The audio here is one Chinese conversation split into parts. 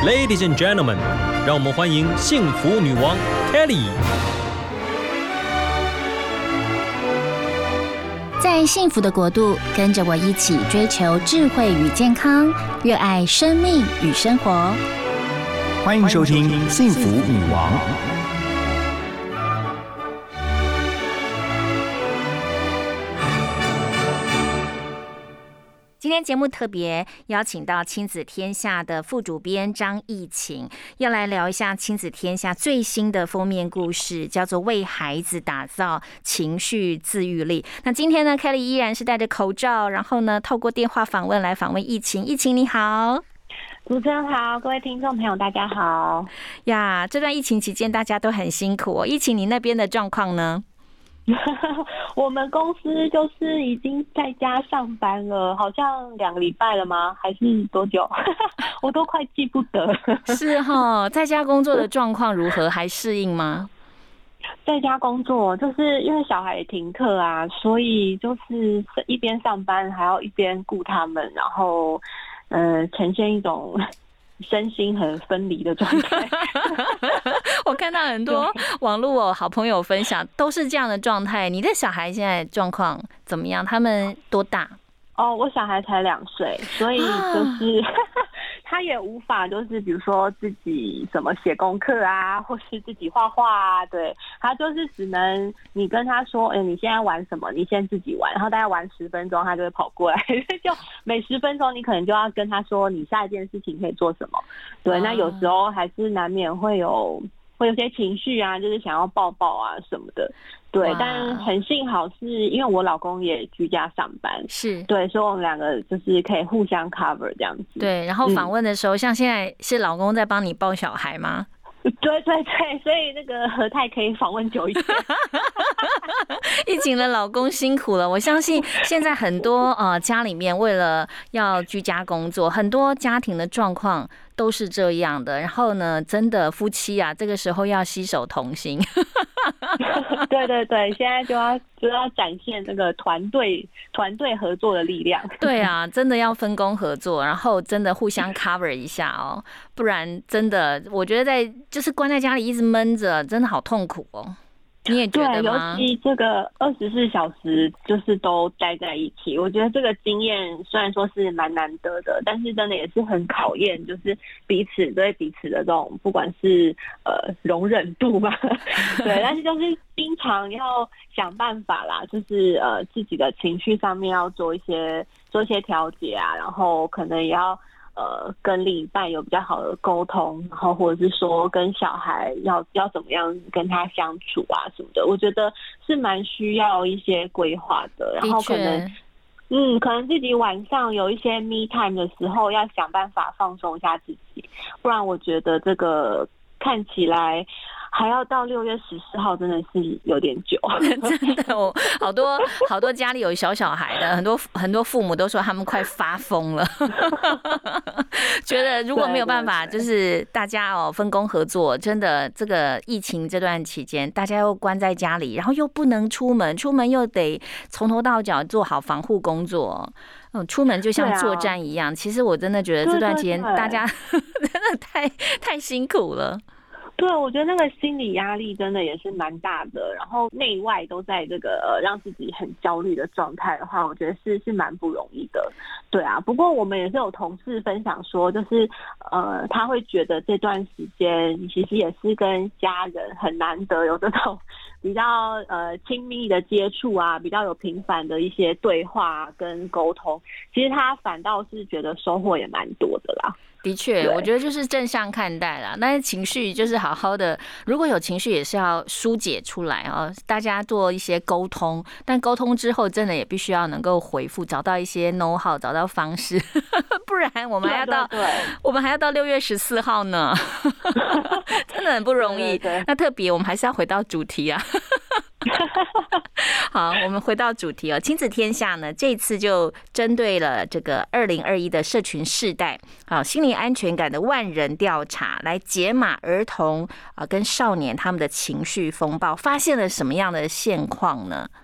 Ladies and gentlemen， 让我们欢迎幸福女王 Kelly。 在幸福的国度，跟着我一起追求智慧与健康，热爱生命与生活。 欢迎收听《幸福女王》。 今天节目特别邀请到亲子天下的副主编张艺晴，要来聊一下亲子天下最新的封面故事，叫做《为孩子打造情绪自愈力》。那今天呢 ，Kelly 依然是戴着口罩，然后呢，透过电话访问来访问艺晴。艺晴你好。 主持人好，各位听众朋友大家好呀。这段疫情期间大家都很辛苦哦。艺晴你那边的状况呢？ 我们公司就是已经在家上班了，好像2个礼拜了吗？还是多久？我都快记不得。 是齁，在家工作的状况如何？还适应吗？ 在家工作就是因为小孩也停课啊，所以就是一边上班还要一边顾他们，然后呈现一种身心很分离的状态。 我看到很多网络好朋友分享都是这样的状态。你的小孩现在状况怎么样？他们多大？ 哦，我小孩才2岁，所以就是他也无法就是比如说自己什么写功课啊，或是自己画画啊，对，他就是只能你跟他说，你现在玩什么？你先自己玩，然后大概玩10分钟，他就会跑过来，就每10分钟你可能就要跟他说你下一件事情可以做什么。对，那有时候还是难免会有些情绪啊，就是想要抱抱啊什么的。对，但很幸好是因为我老公也居家上班， 是对， 所以我们2个就是可以互相 cover 这样子。 对，然后访问的时候，像现在是老公在帮你抱小孩吗？ 对，所以那个和泰可以访问久一点。 艺晴的老公辛苦了，我相信现在很多家里面为了要居家工作，很多家庭的状况都是这样的。然后呢，真的夫妻啊，这个时候要携手同心。 对，现在就要展现这个团队合作的力量。 对啊，真的要分工合作，然后真的互相 cover 一下哦，不然真的我觉得就是关在家里一直闷着，真的好痛苦哦。你也觉得吗？ 对，尤其这个24小时就是都待在一起，我觉得这个经验虽然说是蛮难得的，但是真的也是很考验，就是彼此对彼此的这种不管是容忍度吧，对，但是就是经常要想办法啦，就是自己的情绪上面要做一些调节啊，然后可能也要跟另一半有比较好的沟通，然后或者是说跟小孩要怎么样跟他相处啊什么的，我觉得是蛮需要一些规划的。然后可能自己晚上有一些 me time 的时候，要想办法放松一下自己，不然我觉得这个看起来还要到6月14号，真的是有点久。 真的，我好多家里有小孩的，很多父母都说他们快发疯了，觉得如果没有办法，就是大家分工合作，真的这个疫情这段期间，大家又关在家里，然后又不能出门又得从头到脚做好防护工作。出门就像作战一样。其实我真的觉得这段期间大家真的太辛苦了。 对，我觉得那个心理压力真的也是蛮大的，然后内外都在这个让自己很焦虑的状态的话，我觉得是蛮不容易的。对啊，不过我们也是有同事分享说，就是他会觉得这段时间其实也是跟家人很难得有这种比较亲密的接触啊，比较有频繁的一些对话跟沟通，其实他反倒是觉得收获也蛮多的啦。 的确，我觉得就是正向看待啦。但是情绪就是好好的，如果有情绪也是要疏解出来哦。大家做一些沟通，但沟通之后真的也必须要能够回复，找到一些 know how， 找到方式，不然我们还要到6月14号呢，真的很不容易。对，那特别我们还是要回到主题啊。好，我们回到主题哦。亲子天下呢，这次就针对了这个2021的社群世代心理安全感的万人调查，来解码儿童跟少年他们的情绪风暴，发现了什么样的现况呢？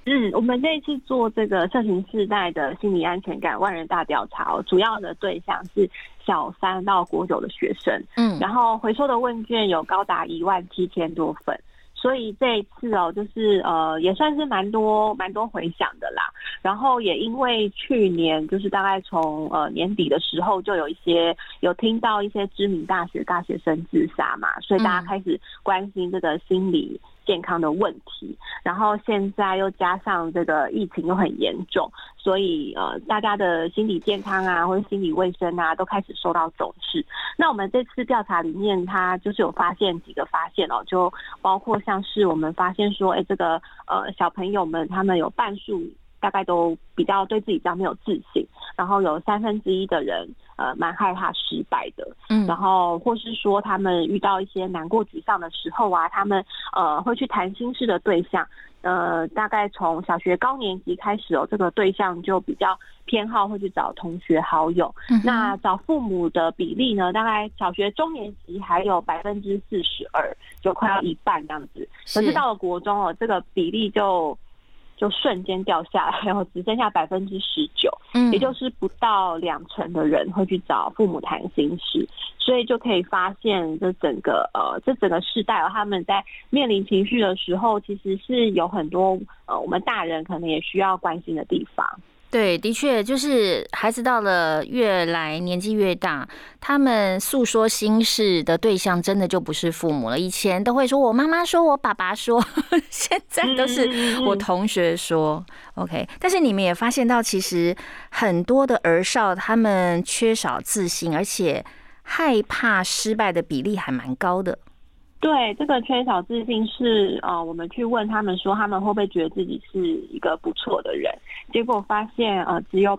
我们这一次做这个社群世代的心理安全感万人大调查主要的对象是小3到国9的学生，然后回收的问卷有高达17000多份。所以这一次就是也算是蛮多回响的啦。然后也因为去年就是大概从年底的时候就有听到一些知名大学大学生自杀嘛，所以大家开始关心这个心理健康的问题。然后现在又加上这个疫情又很严重，所以大家的心理健康啊或者心理卫生啊都开始受到重视。那我们这次调查里面，它就是有发现几个发现就包括像是我们发现说，这个小朋友们他们有半数大概都比较对自己比较没有自信，然后有1/3的人蛮害怕失败的，然后或是说他们遇到一些难过沮丧的时候啊，他们会去谈心事的对象，大概从小学高年级开始这个对象就比较偏好会去找同学好友，那找父母的比例呢，大概小学中年级还有42%，就快要一半这样子。可是到了国中这个比例就瞬间掉下来，然后只剩下19%，也就是不到20%的人会去找父母谈心事。所以就可以发现这整个世代他们在面临情绪的时候，其实是有很多我们大人可能也需要关心的地方。 对，的确，就是孩子到了越来年纪越大，他们诉说心事的对象真的就不是父母了。以前都会说我妈妈说，我爸爸说，现在都是我同学说。OK， 但是你们也发现到，其实很多的儿少他们缺少自信，而且害怕失败的比例还蛮高的。 对，这个缺少自信是我们去问他们说他们会不会觉得自己是一个不错的人，结果发现只有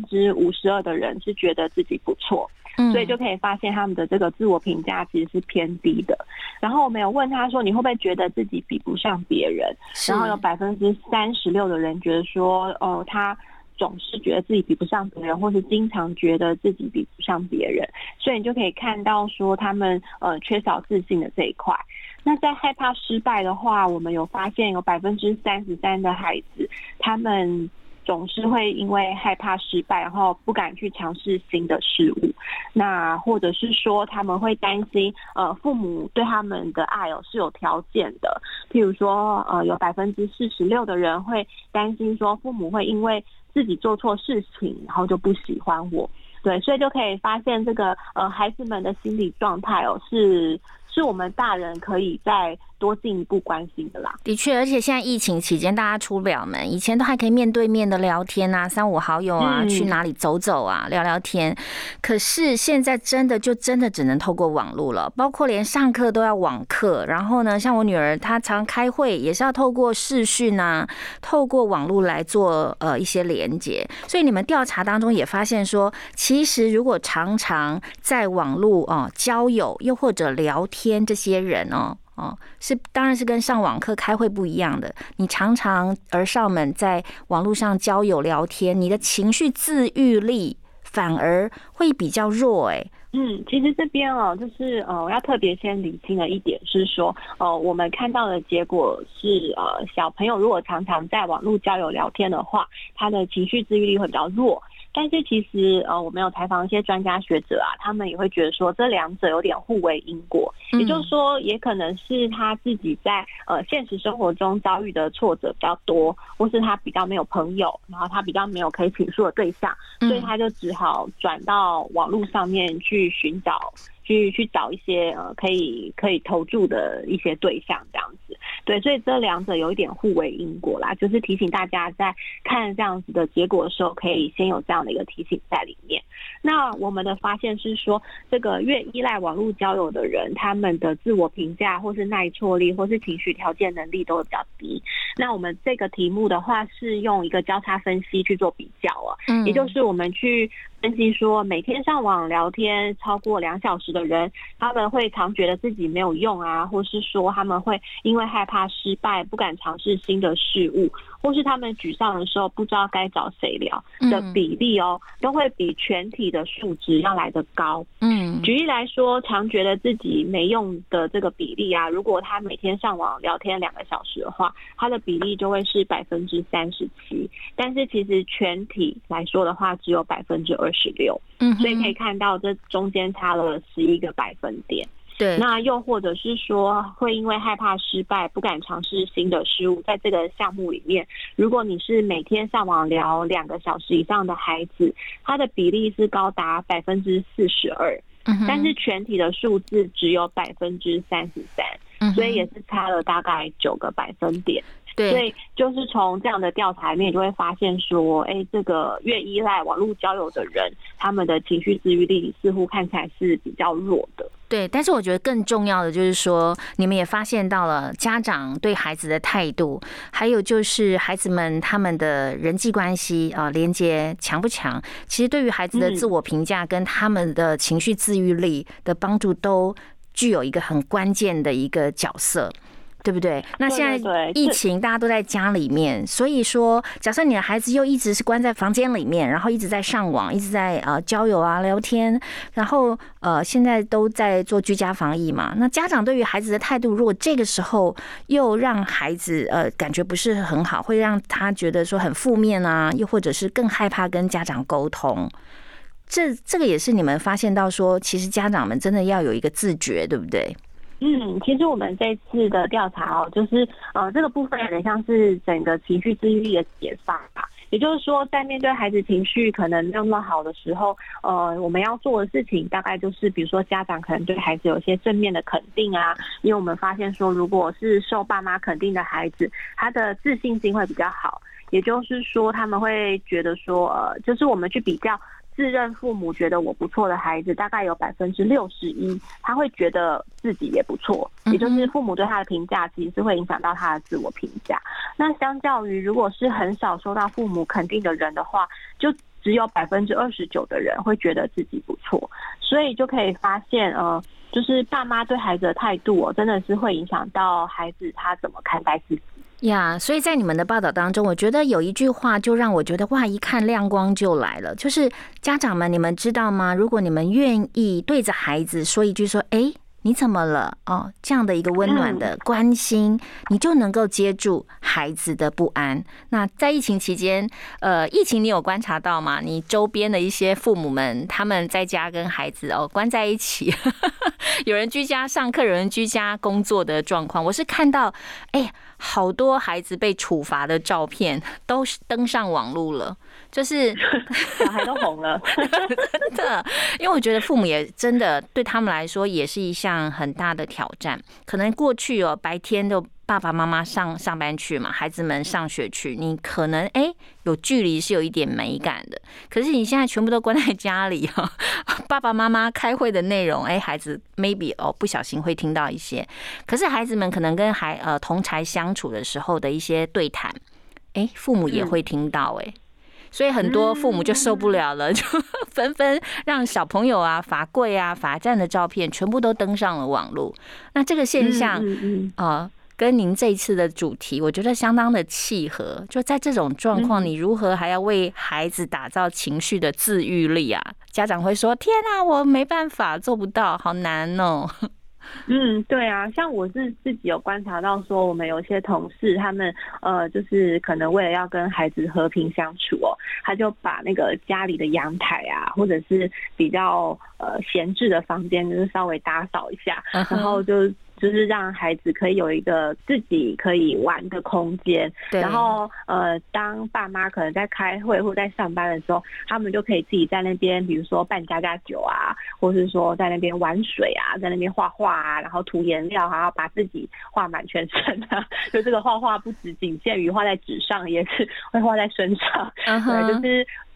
52%的人是觉得自己不错，所以就可以发现他们的这个自我评价其实是偏低的。然后我们有问他说你会不会觉得自己比不上别人，然后有36%的人觉得说他总是觉得自己比不上别人，或是经常觉得自己比不上别人，所以你就可以看到说他们缺少自信的这一块。那在害怕失败的话，我们有发现有33%的孩子，他们总是会因为害怕失败，然后不敢去尝试新的事物。那或者是说他们会担心父母对他们的爱是有条件的，譬如说有46%的人会担心说父母会因为自己做错事情然后就不喜欢我。对，所以就可以发现这个孩子们的心理状态是我们大人可以再多进一步关心的啦。 的确，而且现在疫情期间大家出不了门，以前都还可以面对面的聊天啊，3-5好友啊，去哪里走走啊，聊聊天。可是现在真的只能透过网络了，包括连上课都要网课。然后呢，像我女儿她常开会也是要透过视讯啊，透过网络来做一些连结。所以你们调查当中也发现说，其实如果常常在网络交友又或者聊天，这些人当然是跟上网课开会不一样的。你常常儿少们在网络上交友聊天，你的情绪自愈力反而会比较弱。 其实这边就是我要特别先理清的一点是说，我们看到的结果是小朋友如果常常在网络交友聊天的话，他的情绪自愈力会比较弱。但是其实我们有采访一些专家学者他们也会觉得说这两者有点互为因果，也就是说也可能是他自己在现实生活中遭遇的挫折比较多，或是他比较没有朋友，然后他比较没有可以倾诉的对象，所以他就只好转到网络上面去寻找去找一些可以投注的一些对象这样子。对，所以这两者有一点互为因果啦，就是提醒大家在看这样子的结果的时候，可以先有这样的一个提醒在里面。那我们的发现是说，这个越依赖网络交友的人，他们的自我评价或是耐挫力或是情绪调节能力都会比较低。那我们这个题目的话是用一个交叉分析去做比较也就是我们去分析说，每天上网聊天超过2小时的人，他们会常觉得自己没有用啊，或是说他们会因为害怕失败，不敢尝试新的事物，或是他们沮丧的时候不知道该找谁聊的比例哦，都会比全体的数值要来得高。举例来说，常觉得自己没用的这个比例啊，如果他每天上网聊天2个小时的话，他的比例就会是37%，但是其实全体来说的话只有26%，所以可以看到这中间差了11个百分点。 对， 那又或者是说，会因为害怕失败，不敢尝试新的事物，在这个项目里面，如果你是每天上网聊2个小时以上的孩子，他的比例是高达42%，但是全体的数字只有33%，所以也是差了大概9个百分点。 对， 所以就是从这样的调查里面，就会发现说，这个越依赖网络交友的人，他们的情绪自愈力似乎看起来是比较弱的。 对，但是我觉得更重要的就是说，你们也发现到了家长对孩子的态度，还有就是孩子们他们的人际关系啊，连接强不强，其实对于孩子的自我评价跟他们的情绪自愈力的帮助，都具有一个很关键的一个角色。对不对？那现在疫情大家都在家里面，所以说，假设你的孩子又一直是关在房间里面，然后一直在上网，一直在交友啊聊天，然后现在都在做居家防疫嘛。那家长对于孩子的态度，如果这个时候又让孩子感觉不是很好，会让他觉得说很负面啊，又或者是更害怕跟家长沟通。这个也是你们发现到说，其实家长们真的要有一个自觉，对不对？ 其实我们这次的调查哦，就是这个部分有点像是整个情绪自愈力的解放吧。也就是说，在面对孩子情绪可能没有那么好的时候，我们要做的事情大概就是，比如说家长可能对孩子有些正面的肯定啊，因为我们发现说，如果是受爸妈肯定的孩子，他的自信心会比较好。也就是说，他们会觉得说，就是我们去比较。自认父母觉得我不错的孩子，大概有61%，他会觉得自己也不错，也就是父母对他的评价其实是会影响到他的自我评价。那相较于如果是很少收到父母肯定的人的话，就只有29%的人会觉得自己不错，所以就可以发现，就是爸妈对孩子的态度真的是会影响到孩子他怎么看待自己。 所以在你们的报道当中，我觉得有一句话就让我觉得哇，一看亮光就来了，就是家长们，你们知道吗？如果你们愿意对着孩子说一句说，你怎么了？这样的一个温暖的关心，你就能够接住孩子的不安。那在疫情期间，疫情你有观察到吗？你周边的一些父母们，他们在家跟孩子关在一起，有人居家上课，有人居家工作的状况，我是看到，好多孩子被处罚的照片都登上网路了，就是小孩都红了， 真的。因为我觉得父母也真的对他们来说也是一项很大的挑战。可能过去白天都爸爸妈妈上班去嘛，孩子们上学去，你可能有距离是有一点美感的。可是你现在全部都关在家里爸爸妈妈开会的内容，孩子 maybe 不小心会听到一些。可是孩子们可能跟同侪相处的时候的一些对谈，父母也会听到所以很多父母就受不了了，就纷纷让小朋友啊、罚跪啊、罚站的照片全部都登上了网络。那这个现象跟您这一次的主题，我觉得相当的契合。就在这种状况，你如何还要为孩子打造情绪的自愈力啊？家长会说：“天啊，我没办法，做不到，好难哦。” 对啊，像我是自己有观察到说，我们有些同事他们就是可能为了要跟孩子和平相处他就把那个家里的阳台啊，或者是比较闲置的房间，就是稍微打扫一下，然后就是让孩子可以有一个自己可以玩的空间，然后当爸妈可能在开会或在上班的时候，他们就可以自己在那边，比如说办家家酒啊，或是说在那边玩水啊，在那边画画啊，然后涂颜料，还要把自己画满全身啊。就这个画画不只仅限于画在纸上，也是会画在身上。对，就是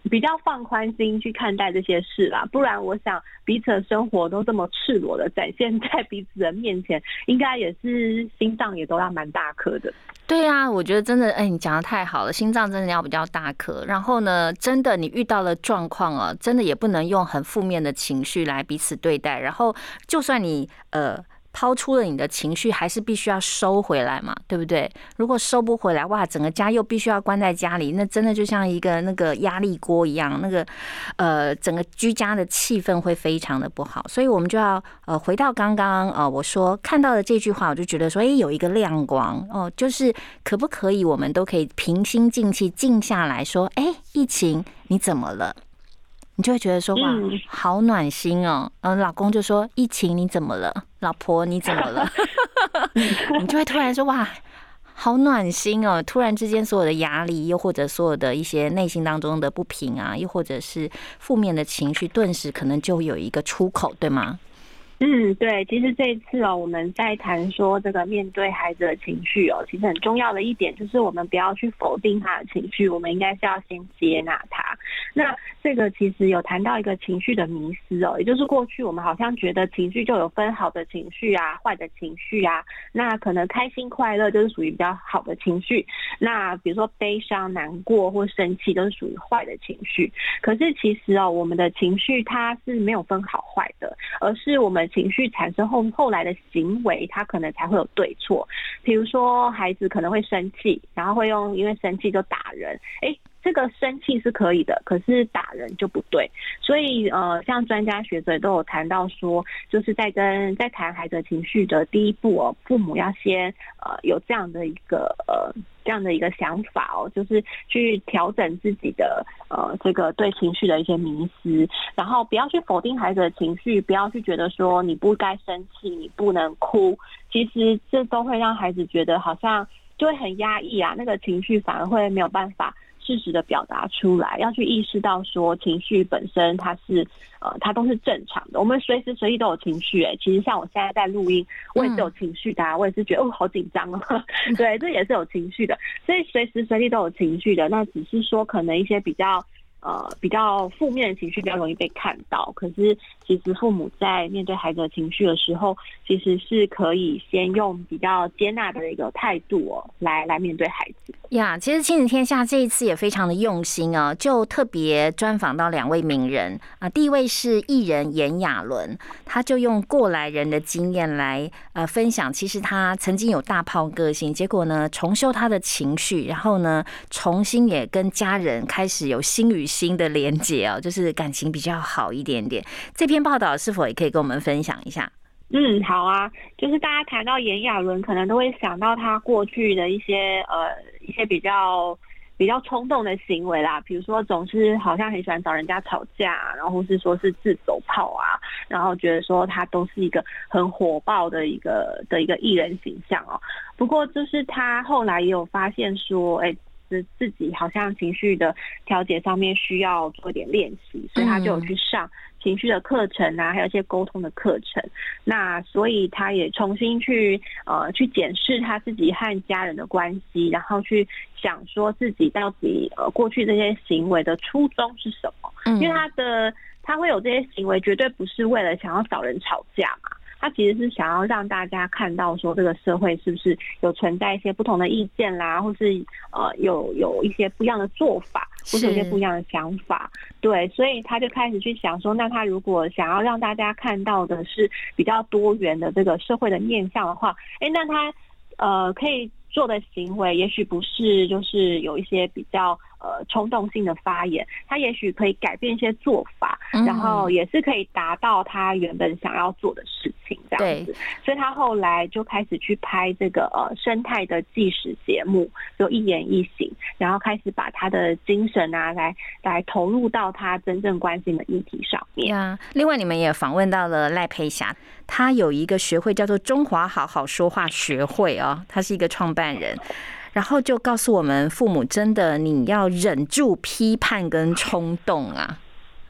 比较放宽心去看待这些事啦，不然我想彼此的生活都这么赤裸的展现在彼此的面前，应该也是心脏也都要蛮大颗的。 对啊，我觉得真的，你讲得太好了，心脏真的要比较大颗。然后呢，真的你遇到了状况啊，真的也不能用很负面的情绪来彼此对待。然后，就算你抛出了你的情绪，还是必须要收回来嘛，对不对？如果收不回来，哇，整个家又必须要关在家里，那真的就像一个那个压力锅一样，那个整个居家的气氛会非常的不好。所以我们就要回到刚刚我说看到的这句话，我就觉得说，有一个亮光哦，就是可不可以我们都可以平心静气静下来说，疫情你怎么了？你就会觉得说，哇，好暖心哦。老公就说，疫情你怎么了？老婆你怎么了？你就会突然说，哇，好暖心哦。突然之间所有的压力，又或者所有的一些内心当中的不平啊，又或者是负面的情绪，顿时可能就有一个出口，对吗？ 对，其实这一次我们在谈说这个面对孩子的情绪其实很重要的一点就是我们不要去否定他的情绪，我们应该是要先接纳他。那这个其实有谈到一个情绪的迷思也就是过去我们好像觉得情绪就有分好的情绪啊、坏的情绪啊，那可能开心快乐就是属于比较好的情绪，那比如说悲伤、难过或生气都是属于坏的情绪。可是其实我们的情绪它是没有分好坏的，而是我们情绪产生后来的行为，它可能才会有对错。比如说孩子可能会生气，然后会因为生气就打人，这个生气是可以的，可是打人就不对。所以像专家学者都有谈到说，就是在谈孩子的情绪的第一步父母要先有这样的一个想法就是去调整自己的这个对情绪的一些迷思，然后不要去否定孩子的情绪，不要去觉得说你不该生气，你不能哭，其实这都会让孩子觉得好像就会很压抑啊，那个情绪反而会没有办法适时的表达出来，要去意识到说情绪本身它都是正常的，我们随时随地都有情绪其实像我现在在录音，我也是有情绪的我也是觉得好紧张对，这也是有情绪的，所以随时随地都有情绪的，那只是说可能一些比较负面的情绪比较容易被看到，可是其实父母在面对孩子的情绪的时候，其实是可以先用比较接纳的一个态度来面对孩子呀。其实亲子天下这一次也非常的用心就特别专访到2位名人第一位是艺人炎亚纶，他就用过来人的经验来分享，其实他曾经有大炮个性，结果呢重修他的情绪，然后呢重新也跟家人开始有心与心的连结就是感情比较好一点点。这篇报道是否也可以跟我们分享一下？ 好啊，就是大家谈到炎亚纶，可能都会想到他过去的一些比较冲动的行为啦，比如说总是好像很喜欢找人家吵架，然后是说是自走炮然后觉得说他都是一个很火爆的一个艺人形象不过就是他后来也有发现说，自己好像情绪的调节上面需要做一点练习，所以他就有去上情绪的课程还有一些沟通的课程。那所以他也重新去检视他自己和家人的关系，然后去想说自己到底过去这些行为的初衷是什么？因为他会有这些行为，绝对不是为了想要找人吵架嘛。他其实是想要让大家看到说这个社会是不是有存在一些不同的意见啦，或是有一些不一样的做法，或是有一些不一样的想法。对，所以他就开始去想说，那他如果想要让大家看到的是比较多元的这个社会的面向的话，那他可以做的行为也许不是就是有一些比较冲动性的发言，他也许可以改变一些做法，然后也是可以达到他原本想要做的事情这样子。所以他后来就开始去拍这个生态的纪实节目，就一言一行，然后开始把他的精神来投入到他真正关心的议题上面。 另外你们也访问到了赖佩霞，他有一个学会叫做中华好好说话学会他是一个创办人，然后就告诉我们父母真的你要忍住批判跟冲动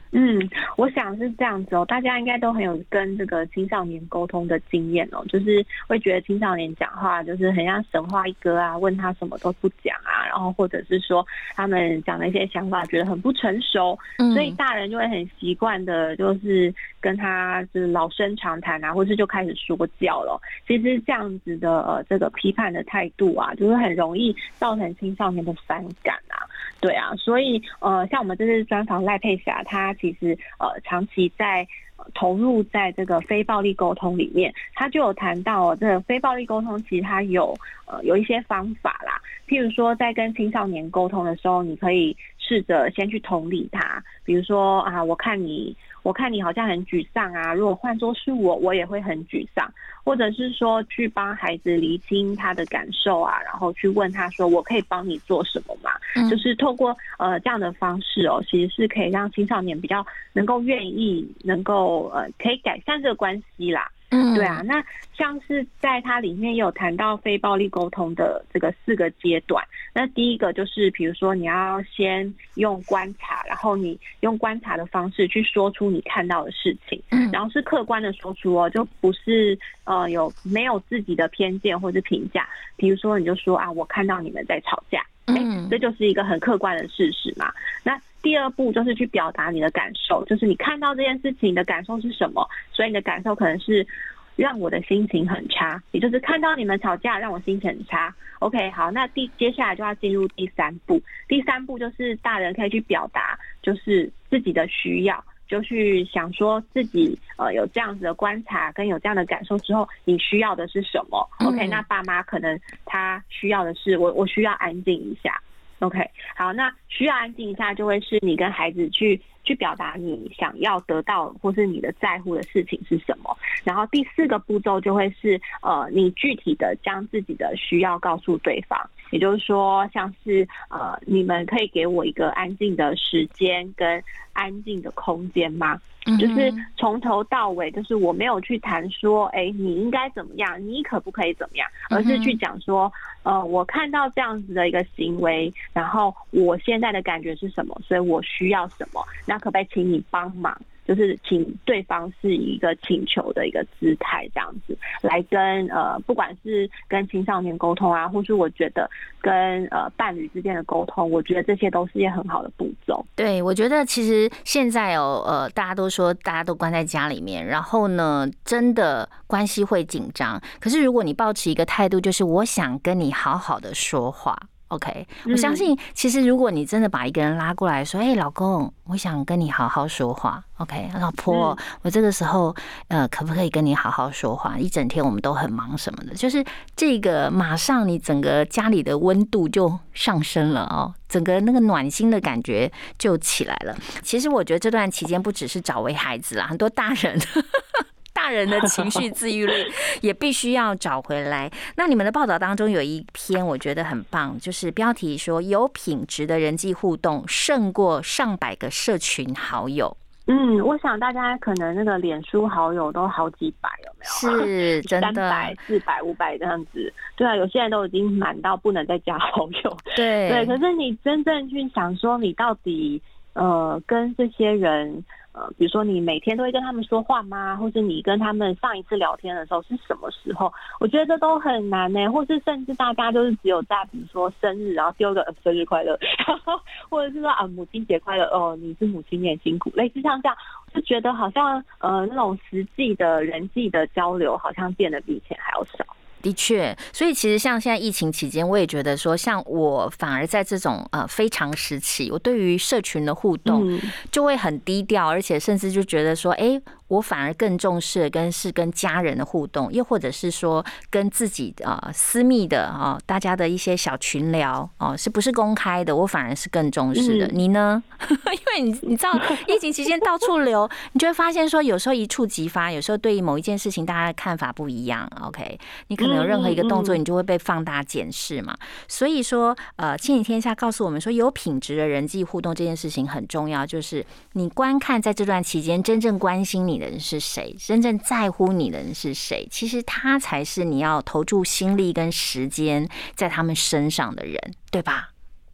我想是这样子哦，大家应该都很有跟这个青少年沟通的经验哦，就是会觉得青少年讲话就是很像神话一哥啊，问他什么都不讲啊，然后或者是说他们讲的一些想法觉得很不成熟，所以大人就会很习惯的，就是跟他就是老生常谈啊，或是就开始说教了。其实这样子的这个批判的态度啊，就是很容易造成青少年的反感啊。对啊，所以像我们这次专访赖佩霞，她其实长期在投入在这个非暴力沟通里面，她就有谈到这个非暴力沟通，其实它有一些方法啦。譬如说，在跟青少年沟通的时候，你可以试着先去同理他，比如说啊，我看你好像很沮丧啊，如果换作是我也会很沮丧，或者是说去帮孩子厘清他的感受啊，然后去问他说我可以帮你做什么吗？就是透过这样的方式哦，其实是可以让青少年比较能够愿意能够可以改善这个关系啦。对啊，那像是在它里面也有谈到非暴力沟通的这个4个阶段。那第一个就是比如说你要先用观察，然后你用观察的方式去说出你看到的事情，然后是客观的说出哦，就不是没有自己的偏见或是评价。比如说你就说啊，我看到你们在吵架，这就是一个很客观的事实嘛。那第二步就是去表达你的感受，就是你看到这件事情的感受是什么，所以你的感受可能是让我的心情很差，也就是看到你们吵架让我心情很差。 OK， 好，那接下来就要进入第3步。第3步就是大人可以去表达就是自己的需要，就去想说自己有这样子的观察跟有这样的感受之后，你需要的是什么。 OK， 那爸妈可能他需要的是我需要安静一下。OK， 好，那需要安静一下就会是你跟孩子去表达你想要得到或是你的在乎的事情是什么。然后第4个步骤就会是你具体的将自己的需要告诉对方，也就是说像是你们可以给我一个安静的时间跟安静的空间吗？就是从头到尾，就是我没有去谈说你应该怎么样，你可不可以怎么样，而是去讲说我看到这样子的一个行为，然后我现在的感觉是什么，所以我需要什么，那可不可以请你帮忙，就是请对方是一个请求的一个姿态，这样子来跟不管是跟青少年沟通啊，或是我觉得跟伴侣之间的沟通，我觉得这些都是一些很好的步骤。 对，我觉得其实现在大家都说大家都关在家里面，然后呢真的关系会紧张，可是如果你抱持一个态度，就是我想跟你好好的说话，OK， 我相信其实如果你真的把一个人拉过来说，老公，我想跟你好好说话 ，OK， 老婆，我这个时候可不可以跟你好好说话？一整天我们都很忙什么的，就是这个马上你整个家里的温度就上升了哦，整个那个暖心的感觉就起来了。其实我觉得这段期间不只是找回孩子啦，很多大人。大人的情绪自愈力也必须要找回来。那你们的报道当中有一篇我觉得很棒，就是标题说有品质的人际互动胜过上百个社群好友。 我想大家可能那个脸书好友都好几百，有没有？ 是真的 ，300、400、500这样子。对啊，有些人都已经满到不能再加好友。对，可是你真正去想说，你到底跟这些人。比如说你每天都会跟他们说话吗？或是你跟他们上一次聊天的时候是什么时候？我觉得这都很难呢。或是甚至大家就是只有在比如说生日，然后丢个生日快乐，或者是说母亲节快乐哦，你是母亲你很辛苦，类似像这样，就觉得好像那种实际的人际的交流好像变得比以前还要少。 的确，所以其实像现在疫情期间，我也觉得说，像我反而在这种非常时期，我对于社群的互动就会很低调，而且甚至就觉得说，我反而更重视跟家人的互动，又或者是说跟自己私密的大家的一些小群聊是不是公开的，我反而是更重视的。你呢？因为你知道疫情期间到处流，你就会发现说有时候一触即发，有时候对于某一件事情大家的看法不一样。OK， 你可能有任何一个动作，你就会被放大检视嘛。所以说亲子天下告诉我们说，有品质的人际互动这件事情很重要，就是你观看在这段期间真正关心你的人是谁，真正在乎你的人是谁，其实他才是你要投注心力跟时间在他们身上的人，对吧？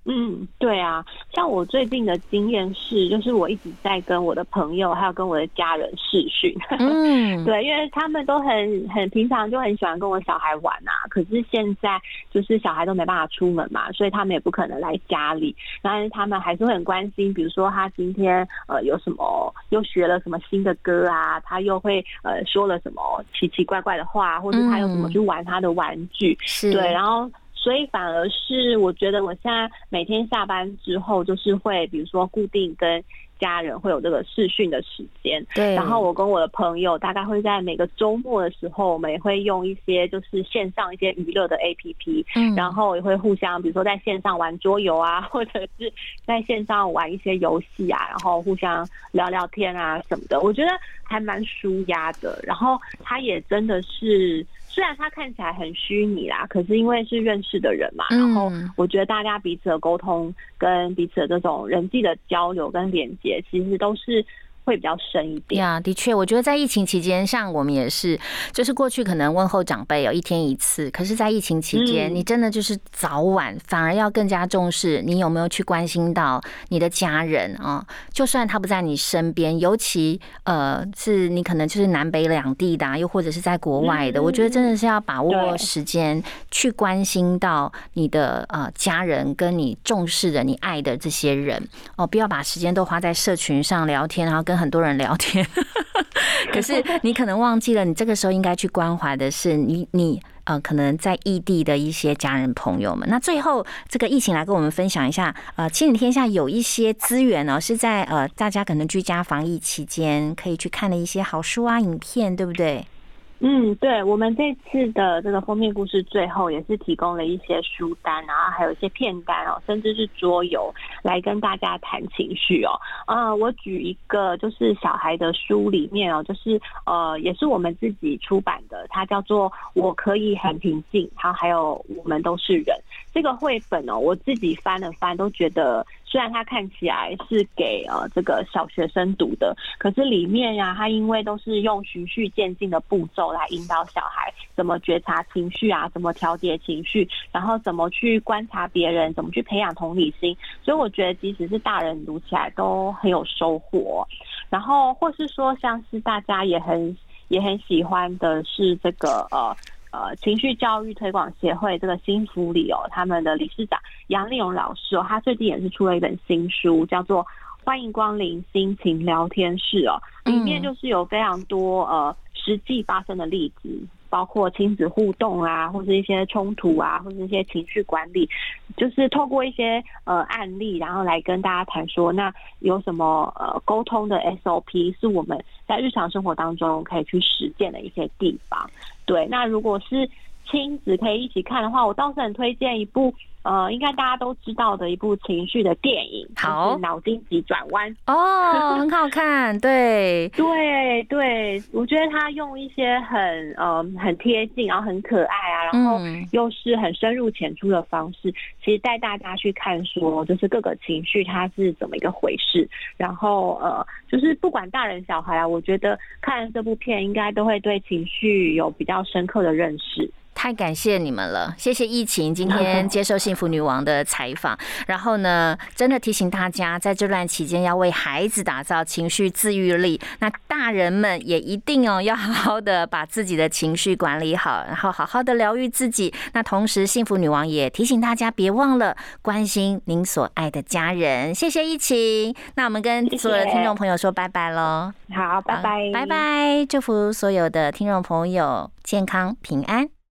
对啊，像我最近的经验是，就是我一直在跟我的朋友还有跟我的家人视讯，对，因为他们都很平常就很喜欢跟我小孩玩啊，可是现在就是小孩都没办法出门嘛，所以他们也不可能来家里，但是他们还是会很关心，比如说他今天有什么又学了什么新的歌啊，他又会说了什么奇奇怪怪的话，或者他又怎么去玩他的玩具，对，然后。所以反而是我觉得我现在每天下班之后，就是会比如说固定跟家人会有这个视讯的时间，对。然后我跟我的朋友大概会在每个周末的时候，我们也会用一些就是线上一些娱乐的 APP，然后也会互相比如说在线上玩桌游啊，或者是在线上玩一些游戏啊，然后互相聊聊天啊什么的，我觉得还蛮舒压的。然后它也真的是。虽然它看起来很虚拟啦，可是因为是认识的人嘛，然后我觉得大家彼此的沟通跟彼此的这种人际的交流跟连接，其实都是会比较深一点呀。的确，我觉得在疫情期间，像我们也是，就是过去可能问候长辈有1天1次，可是在疫情期间，你真的就是早晚反而要更加重视你有没有去关心到你的家人啊。就算他不在你身边，尤其是你可能就是南北两地的，又或者是在国外的，我觉得真的是要把握时间去关心到你的家人，跟你重视的、你爱的这些人哦，不要把时间都花在社群上聊天，然后跟很多人聊天，可是你可能忘记了，你这个时候应该去关怀的是你可能在异地的一些家人朋友们。那最后这个疫情来跟我们分享一下，亲子天下有一些资源哦，是在大家可能居家防疫期间可以去看的一些好书啊、影片，对不对？ 对，我们这次的这个封面故事最后也是提供了一些书单，然后还有一些片单哦，甚至是桌游来跟大家谈情绪哦。我举一个就是小孩的书里面哦，就是也是我们自己出版的，它叫做《我可以很平静》，然后还有《我们都是人》。这个绘本哦，我自己翻了翻，都觉得虽然它看起来是给这个小学生读的，可是里面呀，它因为都是用循序渐进的步骤来引导小孩怎么觉察情绪啊，怎么调节情绪，然后怎么去观察别人，怎么去培养同理心，所以我觉得即使是大人读起来都很有收获。然后或是说像是大家也很喜欢的是这个情绪教育推广协会这个新福里哦，他们的理事长杨丽蓉老师哦，他最近也是出了一本新书，叫做《欢迎光临心情聊天室》哦，里面就是有非常多实际发生的例子，包括亲子互动啊，或是一些冲突啊，或是一些情绪管理，就是透过一些案例，然后来跟大家谈说，那有什么沟通的 SOP 是我们在日常生活当中可以去实践的一些地方。对，那如果是亲子可以一起看的话，我倒是很推荐一部应该大家都知道的一部情绪的电影，好，就是《脑筋急转弯》 哦，很好看，对对，我觉得他用一些很贴近，然后很可爱啊，然后又是很深入浅出的方式，其实带大家去看说，就是各个情绪它是怎么一个回事，然后就是不管大人小孩啊，我觉得看这部片应该都会对情绪有比较深刻的认识。 太感谢你们了，谢谢疫情今天接受幸福女王的采访。然后呢，真的提醒大家，在这段期间要为孩子打造情绪自愈力。那大人们也一定要好好的把自己的情绪管理好，然后好好的疗愈自己。那同时，幸福女王也提醒大家，别忘了关心您所爱的家人。谢谢疫情，那我们跟所有的听众朋友说拜拜咯。 好，拜拜， 拜拜，祝福所有的听众朋友健康平安。